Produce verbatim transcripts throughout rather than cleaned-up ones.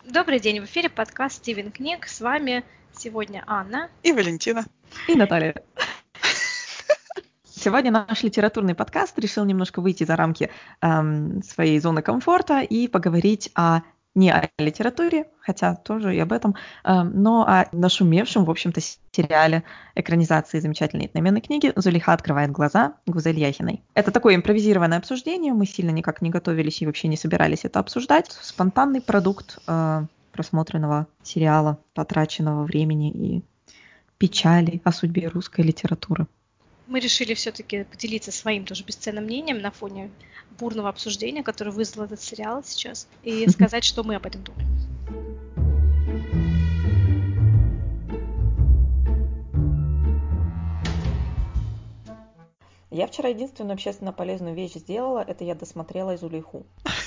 Добрый день, в эфире подкаст «Стивен Книг». С вами сегодня Анна и Валентина. И Наталья. Сегодня наш литературный подкаст решил немножко выйти за рамки эм, своей зоны комфорта и поговорить о не о литературе, хотя тоже и об этом, эм, но о нашумевшем, в общем-то, сериале экранизации замечательной одноименной книги «Зулейха открывает глаза» Гузель Яхиной. Это такое импровизированное обсуждение, мы сильно никак не готовились и вообще не собирались это обсуждать. Спонтанный продукт э, просмотренного сериала, потраченного времени и печали о судьбе русской литературы. Мы решили все-таки поделиться своим тоже бесценным мнением на фоне бурного обсуждения, которое вызвал этот сериал сейчас, и сказать, что мы об этом думаем. Я вчера единственную общественно полезную вещь сделала, это я досмотрела «Зулейху».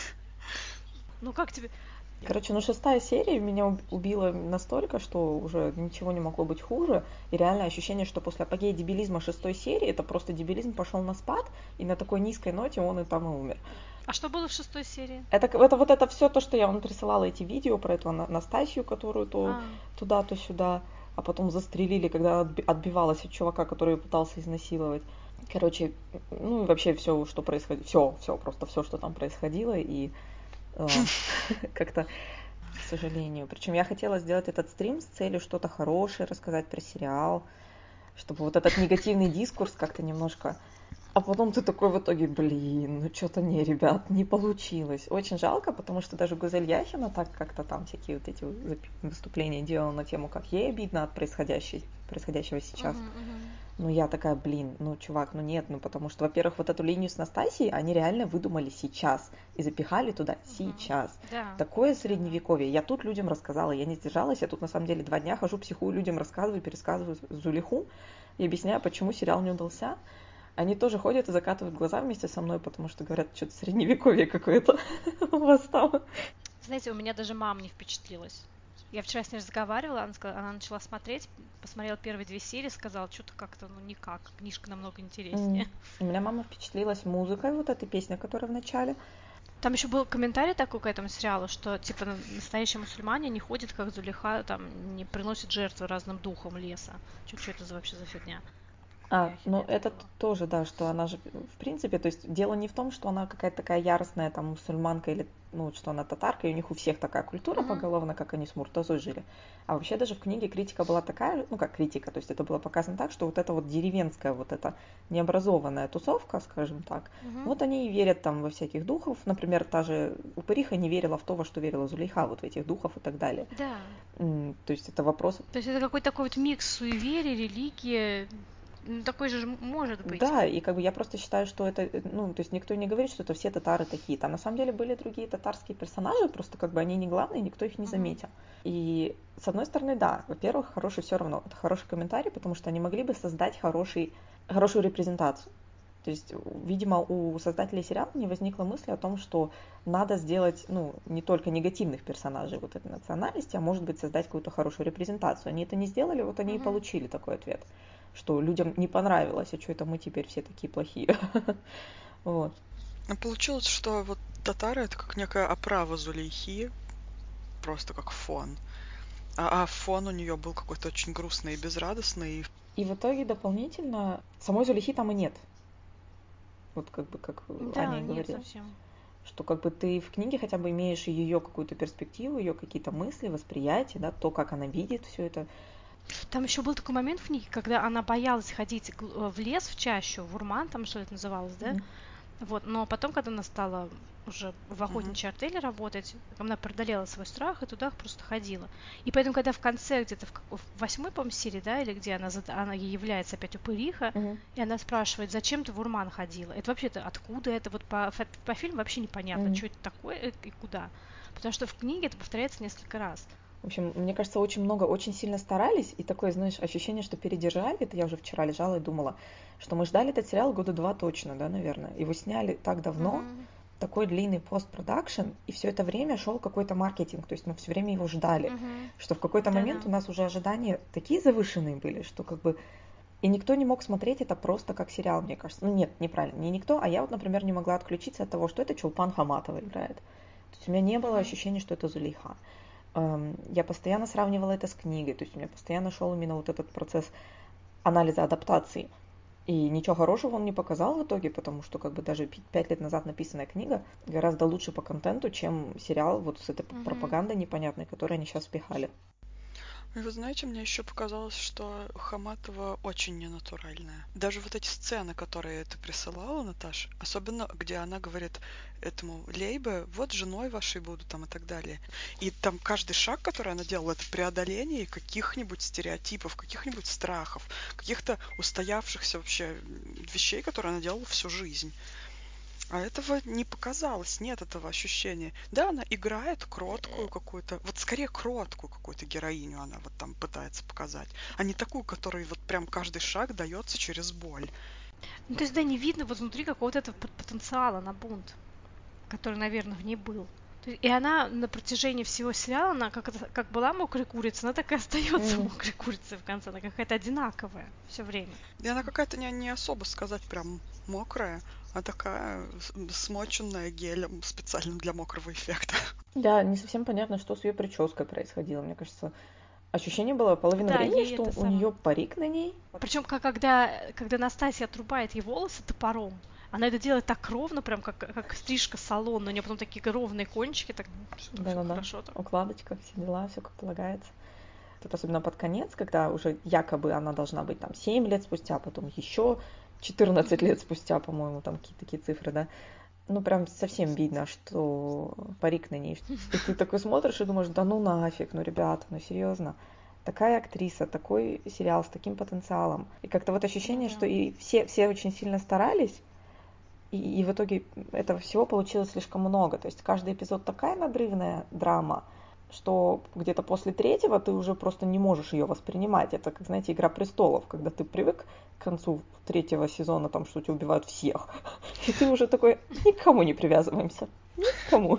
Ну как тебе? Короче, ну шестая серия меня убила настолько, что уже ничего не могло быть хуже. И реальное ощущение, что после апогея дебилизма шестой серии, это просто дебилизм пошел на спад, и на такой низкой ноте он и там и умер. А что было в шестой серии? Это, это вот это все то, что я вам присылала, эти видео про эту Настасью, которую то а. туда, то сюда, а потом застрелили, когда отбивалась от чувака, который пытался изнасиловать. Короче, ну и вообще все, что происходило, все, все, просто все, что там происходило, и э, как-то, к сожалению. Причем я хотела сделать этот стрим с целью что-то хорошее рассказать про сериал, чтобы вот этот негативный дискурс как-то немножко... А потом ты такой в итоге, блин, ну что-то не, ребят, не получилось. Очень жалко, потому что даже Гузель Яхина так как-то там всякие вот эти выступления делала на тему, как ей обидно от происходящего, происходящего сейчас. Uh-huh, uh-huh. Ну я такая, блин, ну чувак, ну нет, ну потому что, во-первых, вот эту линию с Настасьей они реально выдумали сейчас и запихали туда uh-huh. сейчас. Да. Такое средневековье. Я тут людям рассказала, я не сдержалась, я тут на самом деле два дня хожу, психую, людям рассказываю, пересказываю Зулейху и объясняю, почему сериал не удался. Они тоже ходят и закатывают глаза вместе со мной, потому что говорят, что-то средневековье какое-то у вас там. Знаете, у меня даже мама не впечатлилась. Я вчера с ней разговаривала, она, сказала, она начала смотреть, посмотрела первые две серии, сказала, что-то как-то, ну, никак, книжка намного интереснее. Mm. У меня мама впечатлилась музыкой, вот этой песни, которая в начале. Там еще был комментарий такой к этому сериалу, что, типа, настоящие мусульмане не ходят, как Зулейха, там, не приносят жертвы разным духам леса. Что, что это за, вообще за фигня? А, ну это было. Тоже, да, что она же, в принципе, то есть дело не в том, что она какая-то такая яростная там мусульманка или, ну, что она татарка, и у них у всех такая культура uh-huh. поголовно, как они с Муртазой жили. А вообще даже в книге критика была такая, ну как критика, то есть это было показано так, что вот эта вот деревенская, вот эта необразованная тусовка, скажем так, uh-huh. вот они и верят там во всяких духов. Например, та же упыриха не верила в то, во что верила Зулейха, вот в этих духов и так далее. Да. Mm, то есть это вопрос... То есть это какой-то такой вот микс суеверия, религии... Ну, такой же может быть. Да, и как бы я просто считаю, что это, ну, то есть никто не говорит, что это все татары такие. Там на самом деле были другие татарские персонажи, просто как бы они не главные, никто их не заметил. Uh-huh. И с одной стороны, да, во-первых, хороший все равно, это хороший комментарий, потому что они могли бы создать хороший, хорошую репрезентацию. То есть, видимо, у создателей сериала не возникла мысли о том, что надо сделать, ну, не только негативных персонажей вот этой национальности, а может быть создать какую-то хорошую репрезентацию. Они это не сделали, вот они uh-huh. и получили такой ответ, что людям не понравилось, а что это мы теперь все такие плохие. Вот. Ну, получилось, что вот татары это как некая оправа Зулейхи, просто как фон. А, а фон у нее был какой-то очень грустный и безрадостный. И в итоге дополнительно самой Зулейхи там и нет. Вот как бы, как да, Аня и нет, говорила. Совсем. Что как бы ты в книге хотя бы имеешь ее какую-то перспективу, ее какие-то мысли, восприятия, да, то, как она видит все это. Там еще был такой момент в книге, когда она боялась ходить в лес, в чащу, в урман, там что это называлось, да? Mm-hmm. Вот, но потом, когда она стала уже в охотничьей uh-huh. артели работать, она преодолела свой страх и туда просто ходила. И поэтому, когда в конце, где-то в, в восьмой, по-моему, серии, да, или где она, она ей является опять упыриха, uh-huh. и она спрашивает, зачем ты в урман ходила? Это вообще-то откуда это? Вот по, по фильму вообще непонятно, uh-huh. что это такое и куда. Потому что в книге это повторяется несколько раз. В общем, мне кажется, очень много, очень сильно старались, и такое, знаешь, ощущение, что передержали. Это я уже вчера лежала и думала, что мы ждали этот сериал года два точно, да, наверное. Его сняли так давно, uh-huh. такой длинный постпродакшн, и все это время шел какой-то маркетинг, то есть мы все время его ждали, uh-huh. что в какой-то Да-да. момент у нас уже ожидания такие завышенные были, что как бы и никто не мог смотреть это просто как сериал, мне кажется. Ну нет, неправильно, не никто, а я вот, например, не могла отключиться от того, что это Чулпан Хаматова играет. То есть у меня не было uh-huh. ощущения, что это Зулейха. я постоянно сравнивала это с книгой, то есть у меня постоянно шел именно вот этот процесс анализа адаптации. И ничего хорошего он не показал в итоге, потому что как бы даже пять лет назад написанная книга гораздо лучше по контенту, чем сериал вот с этой mm-hmm. пропагандой непонятной, которую они сейчас впихали. И вы знаете, мне еще показалось, что Хаматова очень ненатуральная. Даже вот эти сцены, которые ты присылала, Наташ, особенно где она говорит этому Лейбе, вот женой вашей буду там и так далее. И там каждый шаг, который она делала, это преодоление каких-нибудь стереотипов, каких-нибудь страхов, каких-то устоявшихся вообще вещей, которые она делала всю жизнь. А этого не показалось, нет этого ощущения. Да, она играет кроткую какую-то, вот скорее кроткую какую-то героиню она вот там пытается показать, а не такую, которой вот прям каждый шаг дается через боль. Ну, то есть, да, не видно вот внутри какого-то этого потенциала на бунт, который, наверное, в ней был. И она на протяжении всего сериала, она как, как была мокрая курица, она так и остается mm-hmm. мокрой курицей в конце. Она какая-то одинаковая все время. И она какая-то не, не особо сказать прям мокрая, а такая смоченная гелем специально для мокрого эффекта. Да, не совсем понятно, что с ее прической происходило. Мне кажется, ощущение было половину да, времени, что у самое... нее парик на ней. Причем, когда, когда Настасья отрубает ей волосы топором, она это делает так ровно, прям как, как стрижка салон, но у нее потом такие ровные кончики, так что-то да, все да, хорошо. Да. Укладочка, все дела, все как полагается. Тут особенно под конец, когда уже якобы она должна быть там семь лет спустя, потом еще четырнадцать лет спустя, по-моему, там какие-то такие цифры, да. Ну, прям совсем видно, что парик на ней. И ты такой смотришь и думаешь, да ну нафиг, ну, ребята, ну, серьезно. Такая актриса, такой сериал с таким потенциалом. И как-то вот ощущение, ну, да. что и все, все очень сильно старались, и, и в итоге этого всего получилось слишком много. То есть каждый эпизод такая надрывная драма, что где-то после третьего ты уже просто не можешь ее воспринимать. Это, как, знаете, «Игра престолов», когда ты привык к концу третьего сезона, там, что тебя убивают всех, и ты уже такой, никому не привязываемся, никому.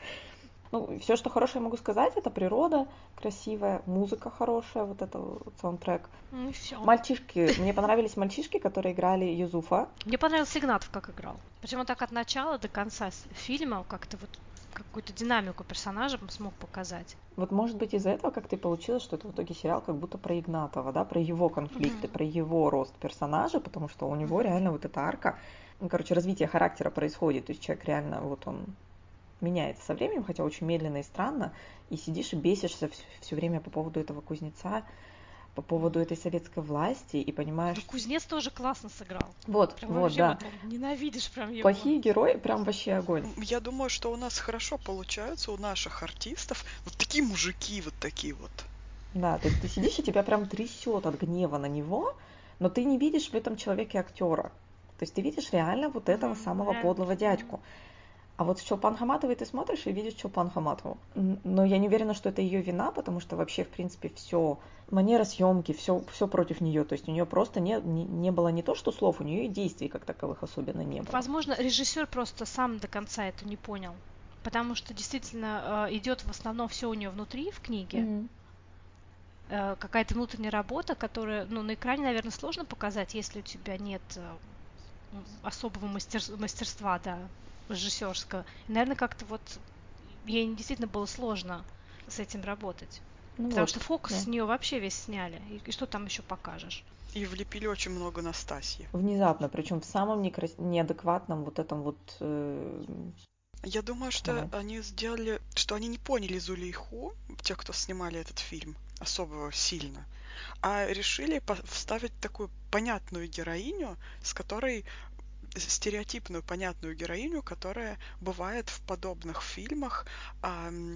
Ну, все, что хорошее я могу сказать, это природа красивая, музыка хорошая, вот это вот саундтрек. Ну и все. Мальчишки, мне понравились мальчишки, которые играли Юзуфа. Мне понравился Игнатов, как играл. Причем он так от начала до конца фильма как-то вот какую-то динамику персонажа смог показать. Вот, может быть, из-за этого как-то и получилось, что это в итоге сериал как будто про Игнатова, да, про его конфликты, mm-hmm. про его рост персонажа, потому что у него mm-hmm. реально вот эта арка, ну, короче, развитие характера происходит, то есть человек реально, вот он меняется со временем, хотя очень медленно и странно, и сидишь и бесишься все время по поводу этого кузнеца, по поводу этой советской власти, и понимаешь... Ну, кузнец тоже классно сыграл. Вот, прям вот, да. Вот, ненавидишь прям его. Плохие герои, прям вообще огонь. Я думаю, что у нас хорошо получаются, у наших артистов, вот такие мужики, вот такие вот. Да, то есть ты сидишь, и тебя прям трясет от гнева на него, но ты не видишь в этом человеке актера. То есть ты видишь реально вот этого mm-hmm. самого реально. подлого дядьку. А вот в Чолпан Хаматовой ты смотришь и видишь Чолпан Хаматову. Но я не уверена, что это ее вина, потому что вообще, в принципе, все манера съемки, все, все против нее. То есть у нее просто не, не, не было не то, что слов, у нее и действий как таковых особенно не было. Возможно, режиссер просто сам до конца это не понял. Потому что действительно э, идет в основном все у нее внутри в книге. Mm-hmm. Э, какая-то внутренняя работа, которая, ну, на экране, наверное, сложно показать, если у тебя нет э, особого мастер, мастерства, да, режиссерского. И, наверное, как-то вот ей действительно было сложно с этим работать. Ну Потому вот, что фокус да. с нее вообще весь сняли. И, и что там еще покажешь? И влепили очень много Настасьи. Внезапно, причем в самом некрас... неадекватном вот этом вот... Э... Я думаю, что Давай. они сделали, что они не поняли Зулейху, те, кто снимали этот фильм, особо сильно, а решили вставить такую понятную героиню, с которой стереотипную понятную героиню, которая бывает в подобных фильмах, эм,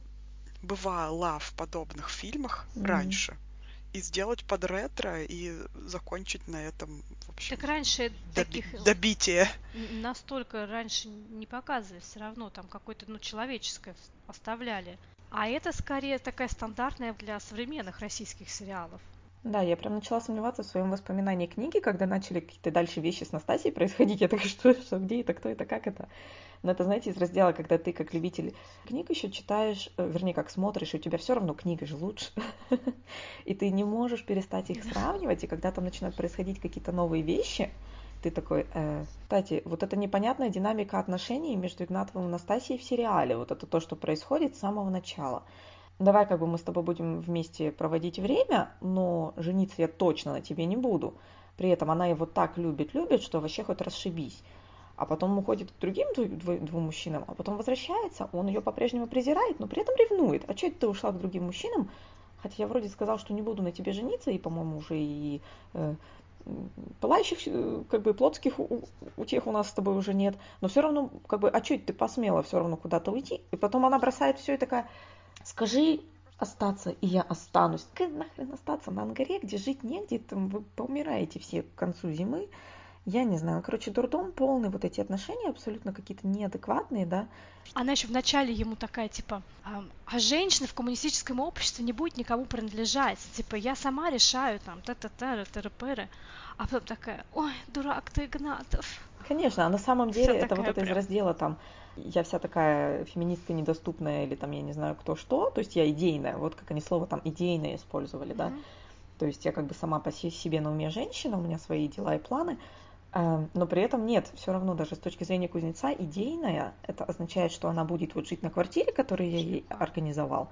бывала в подобных фильмах mm-hmm. раньше. И сделать под ретро и закончить на этом, в общем, так раньше доби- таких добитие. Настолько раньше не показывали, все равно там какое-то, ну, человеческое оставляли. А это скорее такая стандартная для современных российских сериалов. Да, я прям начала сомневаться в своем воспоминании книги, когда начали какие-то дальше вещи с Настасьей происходить. Я такая, что, что, где это, кто это, как это? Но это, знаете, из раздела, когда ты как любитель книг еще читаешь, вернее, как смотришь, и у тебя все равно книга же лучше. И ты не можешь перестать их сравнивать, и когда там начинают происходить какие-то новые вещи, ты такой, э, кстати, вот эта непонятная динамика отношений между Игнатовым и Настасьей в сериале, вот это то, что происходит с самого начала. давай как бы мы с тобой будем вместе проводить время, но жениться я точно на тебе не буду. При этом она его так любит, любит, что вообще хоть расшибись. А потом уходит к другим двум мужчинам, а потом возвращается, он ее по-прежнему презирает, но при этом ревнует. А что это ты ушла к другим мужчинам? Хотя я вроде сказал, что не буду на тебе жениться, и, по-моему, уже и э, пылающих, как бы, плотских утех у нас с тобой уже нет. Но все равно, как бы, а что это ты посмела все равно куда-то уйти? И потом она бросает все и такая, скажи остаться, и я останусь. Как нахрен остаться на Ангаре, где жить негде, там вы поумираете все к концу зимы. Я не знаю, короче, дурдом полный, вот эти отношения абсолютно какие-то неадекватные, да. Она еще вначале ему такая, типа, а, а женщина в коммунистическом обществе не будет никому принадлежать, типа, я сама решаю, там, та-та-та, та-ра-пэра. А потом такая, ой, дурак ты, Игнатов. Конечно, а на самом деле вся это вот это прям... из раздела, там, я вся такая феминистка недоступная, или там, я не знаю, кто что, то есть я идейная, вот как они слово там идейное использовали, mm-hmm. да, то есть я как бы сама по себе на уме женщина, у меня свои дела и планы, но при этом нет, все равно даже с точки зрения кузнеца идейная, это означает, что она будет вот жить на квартире, которую я ей организовал,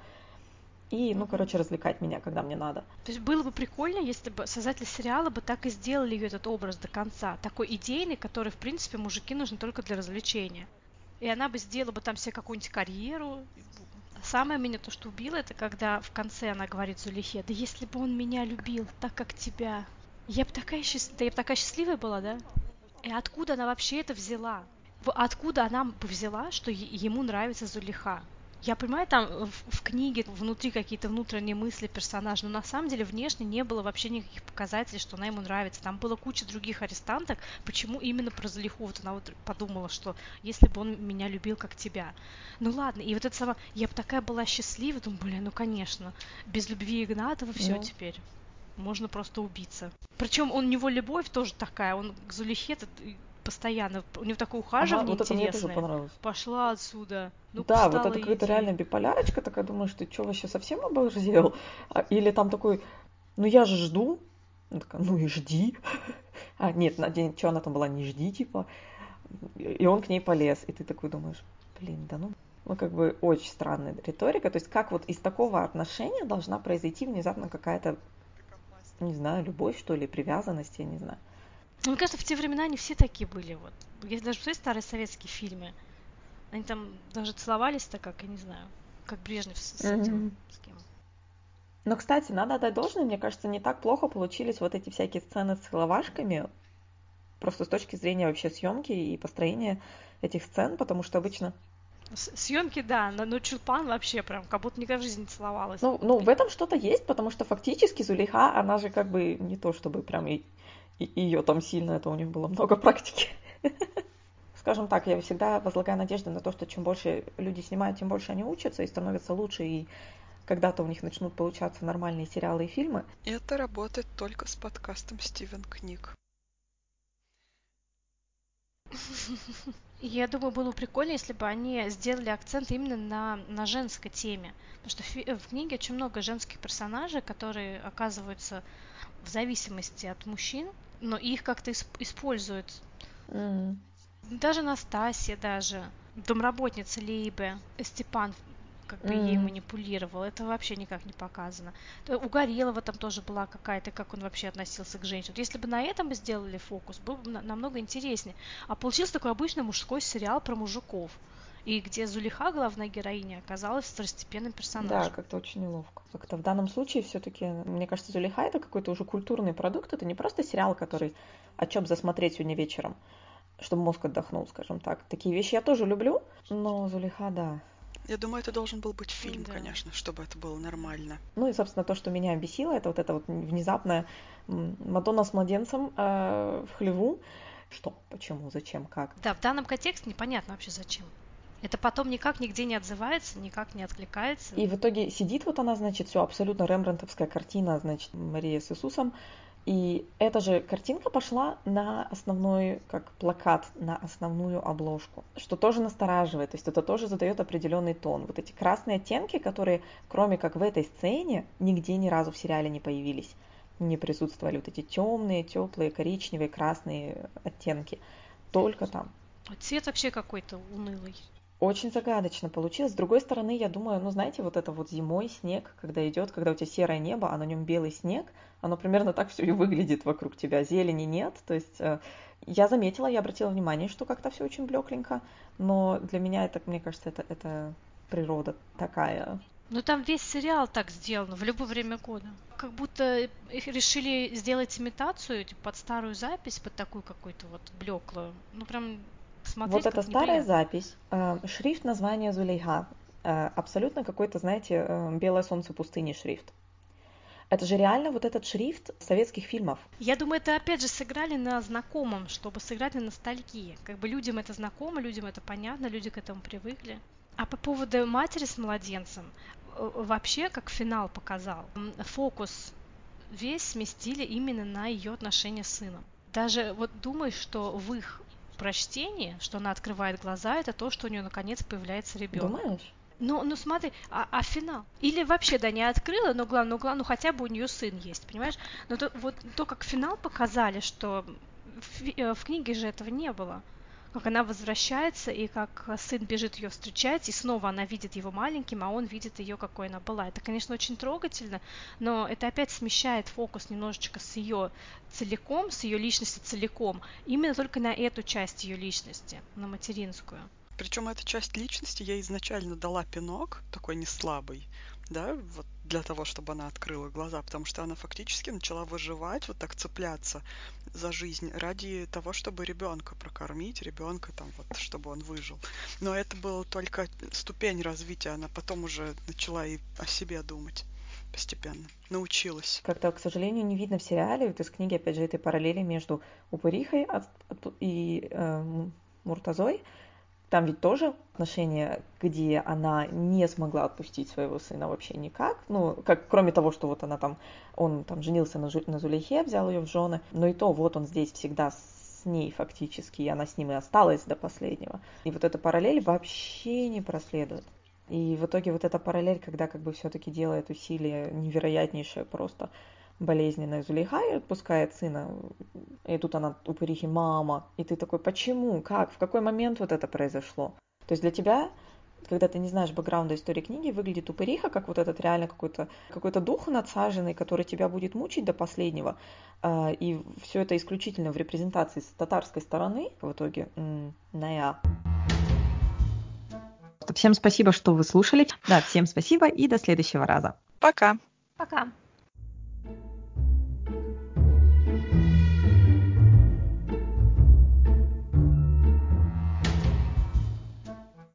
и, ну, короче, развлекать меня, когда мне надо. То есть было бы прикольно, если бы создатели сериала бы так и сделали ее этот образ до конца, такой идейный, который, в принципе, мужики нужны только для развлечения. И она бы сделала бы там себе какую-нибудь карьеру. Самое меня то, что убило, это когда в конце она говорит Зулейхе, да если бы он меня любил так, как тебя, я бы такая, счаст... да я бы такая счастливая была, да? И откуда она вообще это взяла? Откуда она бы взяла, что ему нравится Зулейха? Я понимаю, там в, в книге внутри какие-то внутренние мысли персонажа, но на самом деле внешне не было вообще никаких показателей, что она ему нравится. Там было куча других арестанток. Почему именно про Зулейху? Вот она вот подумала, что если бы он меня любил, как тебя. Ну ладно, и вот это сама... Я бы такая была счастлива, думаю, блин, ну конечно. Без любви Игнатова все ну. Теперь. Можно просто убиться. Причем у него любовь тоже такая. Он к Зулейхе постоянно, у него такое ухаживание ага, вот интересное. Это мне тоже понравилось. Пошла отсюда. Ну, да, вот это какая-то реально биполярочка, такая, думаешь, ты что, вообще совсем оборзел? Или там такой, ну я же жду. Она такая, ну и жди. А, нет, что она там была, не жди, типа. И он к ней полез, и ты такой думаешь, блин, да ну... Ну, как бы очень странная риторика. То есть как вот из такого отношения должна произойти внезапно какая-то, не знаю, любовь, что ли, привязанность, я не знаю. Мне кажется, в те времена они все такие были. Вот. Если даже посмотреть старые советские фильмы, они там даже целовались-то, как, я не знаю, как Брежнев с, с mm-hmm. этим, с кем. Но, кстати, надо отдать должное, мне кажется, не так плохо получились вот эти всякие сцены с целовашками, просто с точки зрения вообще съемки и построения этих сцен, потому что обычно... Съемки, да, но, но Чулпан вообще прям, как будто никогда в жизни не целовалась. Ну, ну, в этом что-то есть, потому что фактически Зулейха, она же как бы не то, чтобы прям и, и ее там сильно, это у них было много практики. Скажем так, я всегда возлагаю надежды на то, что чем больше люди снимают, тем больше они учатся и становятся лучше, и когда-то у них начнут получаться нормальные сериалы и фильмы. И это работает только с подкастом Стивен Книг. Я думаю, было бы прикольно, если бы они сделали акцент именно на, на женской теме. Потому что в, в книге очень много женских персонажей, которые оказываются в зависимости от мужчин, но их как-то исп- используют. Mm. Даже Настасья, даже домработница Лейбе, Степан как бы mm. ей манипулировал. Это вообще никак не показано. У Горелого там тоже была какая-то, как он вообще относился к женщинам. Вот если бы на этом бы сделали фокус, было бы намного интереснее. А получился такой обычный мужской сериал про мужиков. И где Зулейха, главная героиня, оказалась второстепенным персонажем. Да, как-то очень неловко. Как-то в данном случае все-таки, мне кажется, Зулейха это какой-то уже культурный продукт. Это не просто сериал, который о чем засмотреть сегодня вечером, чтобы мозг отдохнул, скажем так. Такие вещи я тоже люблю, но Зулейха, да. Я думаю, это должен был быть фильм, да. конечно, чтобы это было нормально. Ну и, собственно, то, что меня бесило, это вот это вот внезапное Мадонна с младенцем э, в хлеву. Что, почему, зачем, как? Да, в данном контексте непонятно вообще зачем. Это потом никак нигде не отзывается, никак не откликается. И в итоге сидит вот она, значит, все абсолютно рембрандтовская картина, значит, Мария с Иисусом. И эта же картинка пошла на основной, как плакат, на основную обложку, что тоже настораживает, то есть это тоже задает определенный тон. Вот эти красные оттенки, которые, кроме как в этой сцене, нигде ни разу в сериале не появились, не присутствовали. Вот эти темные, теплые, коричневые, красные оттенки, только там. Цвет вообще какой-то унылый. Очень загадочно получилось. С другой стороны, я думаю, ну, знаете, вот это вот зимой снег, когда идет, когда у тебя серое небо, а на нем белый снег, оно примерно так все и выглядит вокруг тебя. Зелени нет, то есть э, я заметила, я обратила внимание, что как-то все очень блекленько, но для меня это, мне кажется, это, это природа такая. Ну там весь сериал так сделан в любое время года. Как будто их решили сделать имитацию, типа, под старую запись, под такую какую-то вот блеклую. Ну прям смотреть Вот эта как старая неприятно. запись, э, шрифт названия Зулейха, э, абсолютно какой-то, знаете, э, белое солнце пустыни шрифт. Это же реально вот этот шрифт советских фильмов. Я думаю, это опять же сыграли на знакомом, чтобы сыграть на ностальгии. Как бы людям это знакомо, людям это понятно, люди к этому привыкли. А по поводу матери с младенцем, э, вообще, как финал показал, м, фокус весь сместили именно на ее отношения с сыном. Даже вот думаю, что в их прочтении, что она открывает глаза, это то, что у нее наконец появляется ребенок. Думаешь? Ну, ну смотри, а, а финал? Или вообще, да, не открыла, но главное, ну, главное, ну хотя бы у нее сын есть, понимаешь? Но то, вот то, как финал показали, что в, э, в книге же этого не было. Как она возвращается, и как сын бежит ее встречать, и снова она видит его маленьким, а он видит ее, какой она была. Это, конечно, очень трогательно, но это опять смещает фокус немножечко с ее целиком, с ее личности целиком, именно только на эту часть ее личности, на материнскую. Причем эта часть личности я изначально дала пинок, такой не слабый, да, вот для того, чтобы она открыла глаза, потому что она фактически начала выживать, вот так цепляться за жизнь ради того, чтобы ребенка прокормить, ребенка там вот, чтобы он выжил. Но это была только ступень развития, она потом уже начала и о себе думать постепенно, научилась. Как-то, к сожалению, не видно в сериале, вот из книги, опять же, этой параллели между Упырихой и э, Муртазой. Там ведь тоже отношения, где она не смогла отпустить своего сына вообще никак. Ну, как, кроме того, что вот она там, он там женился на, на Зулейхе, взял ее в жены. Но и то, вот он здесь всегда с ней фактически, и она с ним и осталась до последнего. И вот эта параллель вообще не проследует. И в итоге вот эта параллель, когда как бы все-таки делает усилие невероятнейшее просто, болезненная Зулейха и отпускает сына, и тут она упырихи мама, и ты такой, почему, как, в какой момент вот это произошло? То есть для тебя, когда ты не знаешь бэкграунда истории книги, выглядит упыриха как вот этот реально какой-то какой-то дух надсаженный, который тебя будет мучить до последнего, и все это исключительно в репрезентации с татарской стороны, в итоге, ная. Всем спасибо, что вы слушали. Да, всем спасибо и до следующего раза. Пока. Пока.